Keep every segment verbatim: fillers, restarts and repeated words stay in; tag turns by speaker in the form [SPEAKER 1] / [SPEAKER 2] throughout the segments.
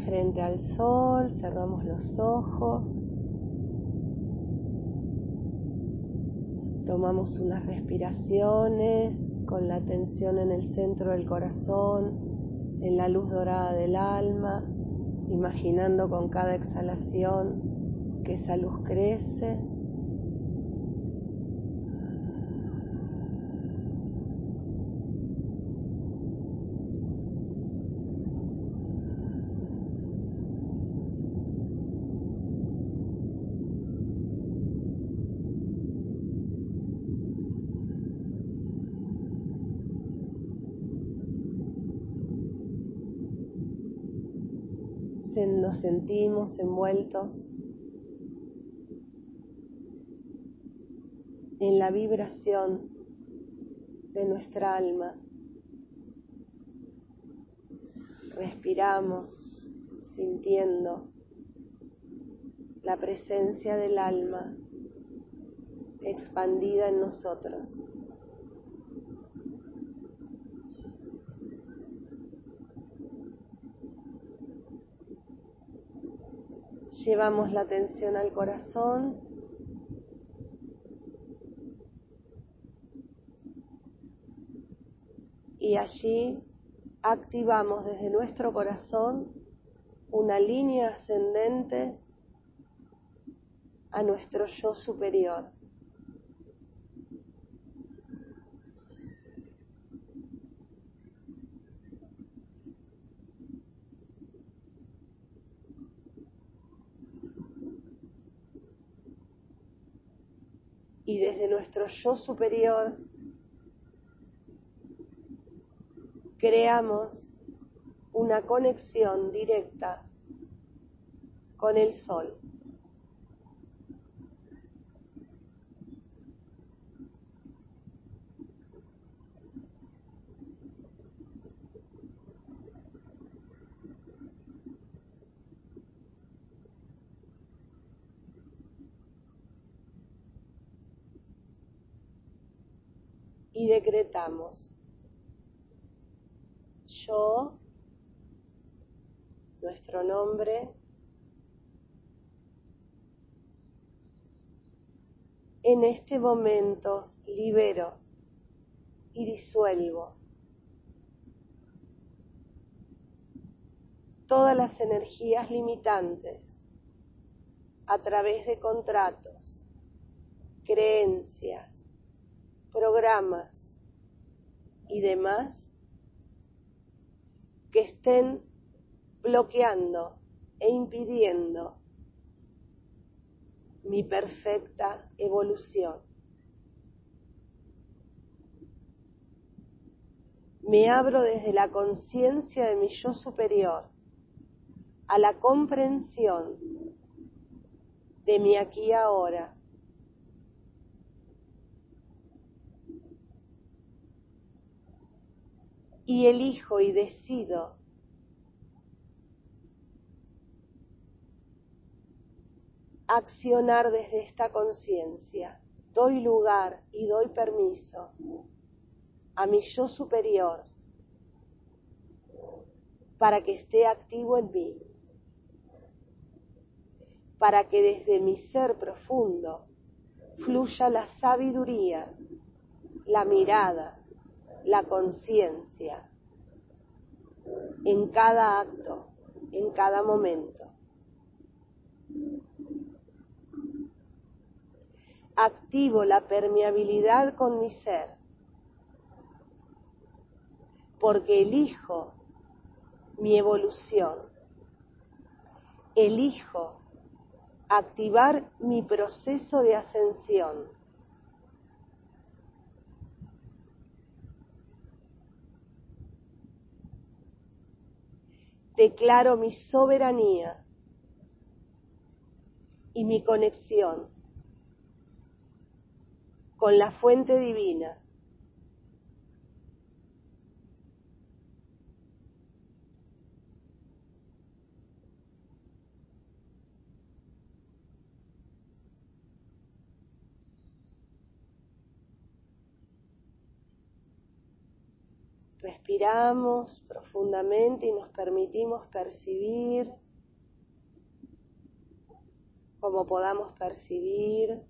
[SPEAKER 1] frente al sol, cerramos los ojos, tomamos unas respiraciones con la atención en el centro del corazón, en la luz dorada del alma, imaginando con cada exhalación que esa luz crece. Nos sentimos envueltos en la vibración de nuestra alma. Respiramos sintiendo la presencia del alma expandida en nosotros. Llevamos la atención al corazón y allí activamos desde nuestro corazón una línea ascendente a nuestro yo superior. Y desde nuestro yo superior creamos una conexión directa con el sol. Y decretamos: yo, nuestro nombre, en este momento libero y disuelvo todas las energías limitantes a través de contratos, creencias, programas y demás que estén bloqueando e impidiendo mi perfecta evolución. Me abro desde la conciencia de mi yo superior a la comprensión de mi aquí y ahora. Y elijo y decido accionar desde esta conciencia. Doy lugar y doy permiso a mi yo superior para que esté activo en mí, para que desde mi ser profundo fluya la sabiduría, la mirada, la conciencia en cada acto, en cada momento. Activo la permeabilidad con mi ser, porque elijo mi evolución, elijo activar mi proceso de ascensión. Declaro mi soberanía y mi conexión con la fuente divina. Respiramos profundamente y nos permitimos percibir como podamos percibir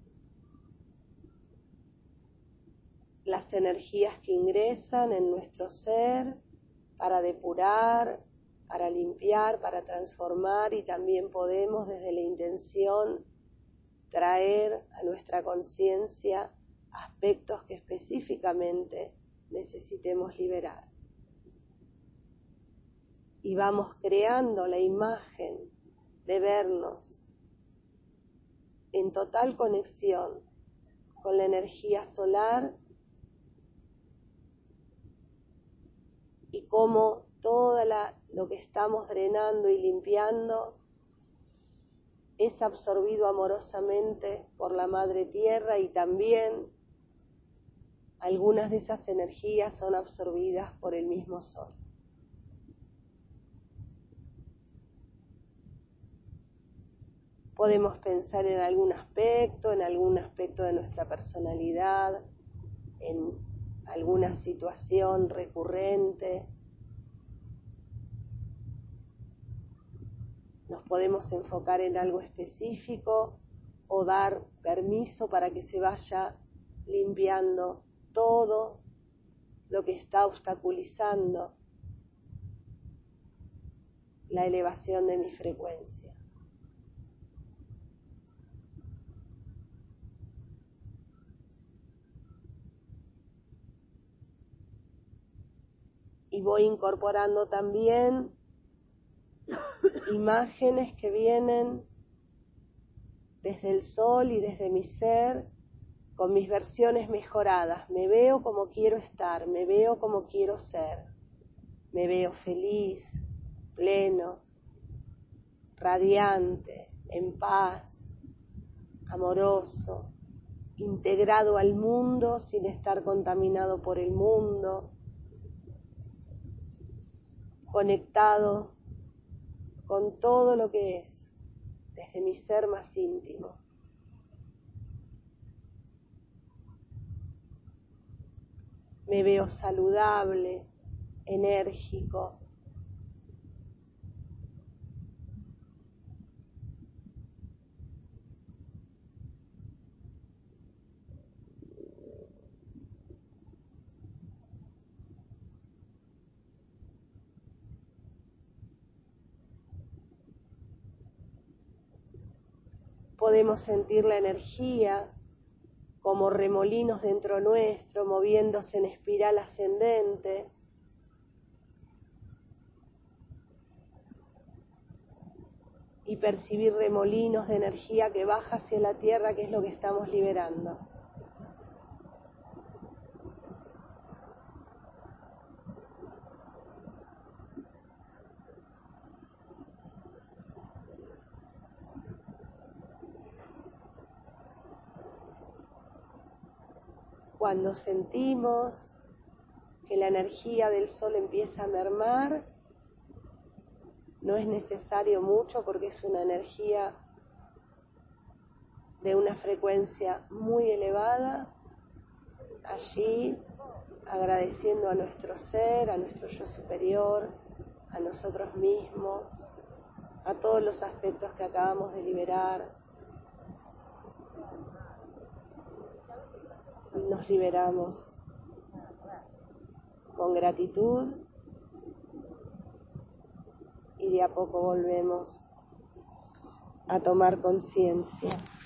[SPEAKER 1] las energías que ingresan en nuestro ser para depurar, para limpiar, para transformar, y también podemos desde la intención traer a nuestra conciencia aspectos que específicamente necesitemos liberar. Y vamos creando la imagen de vernos en total conexión con la energía solar y cómo todo la, lo que estamos drenando y limpiando es absorbido amorosamente por la Madre Tierra, y también algunas de esas energías son absorbidas por el mismo Sol. Podemos pensar en algún aspecto, en algún aspecto de nuestra personalidad, en alguna situación recurrente. Nos podemos enfocar en algo específico o dar permiso para que se vaya limpiando todo lo que está obstaculizando la elevación de mi frecuencia. Y voy incorporando también imágenes que vienen desde el sol y desde mi ser, con mis versiones mejoradas. Me veo como quiero estar, me veo como quiero ser. Me veo feliz, pleno, radiante, en paz, amoroso, integrado al mundo sin estar contaminado por el mundo, conectado con todo lo que es, desde mi ser más íntimo. Me veo saludable, enérgico. Podemos sentir la energía como remolinos dentro nuestro, moviéndose en espiral ascendente. Y percibir remolinos de energía que baja hacia la tierra, que es lo que estamos liberando. Cuando sentimos que la energía del sol empieza a mermar, no es necesario mucho porque es una energía de una frecuencia muy elevada. Allí, agradeciendo a nuestro ser, a nuestro yo superior, a nosotros mismos, a todos los aspectos que acabamos de liberar, nos liberamos con gratitud y de a poco volvemos a tomar conciencia.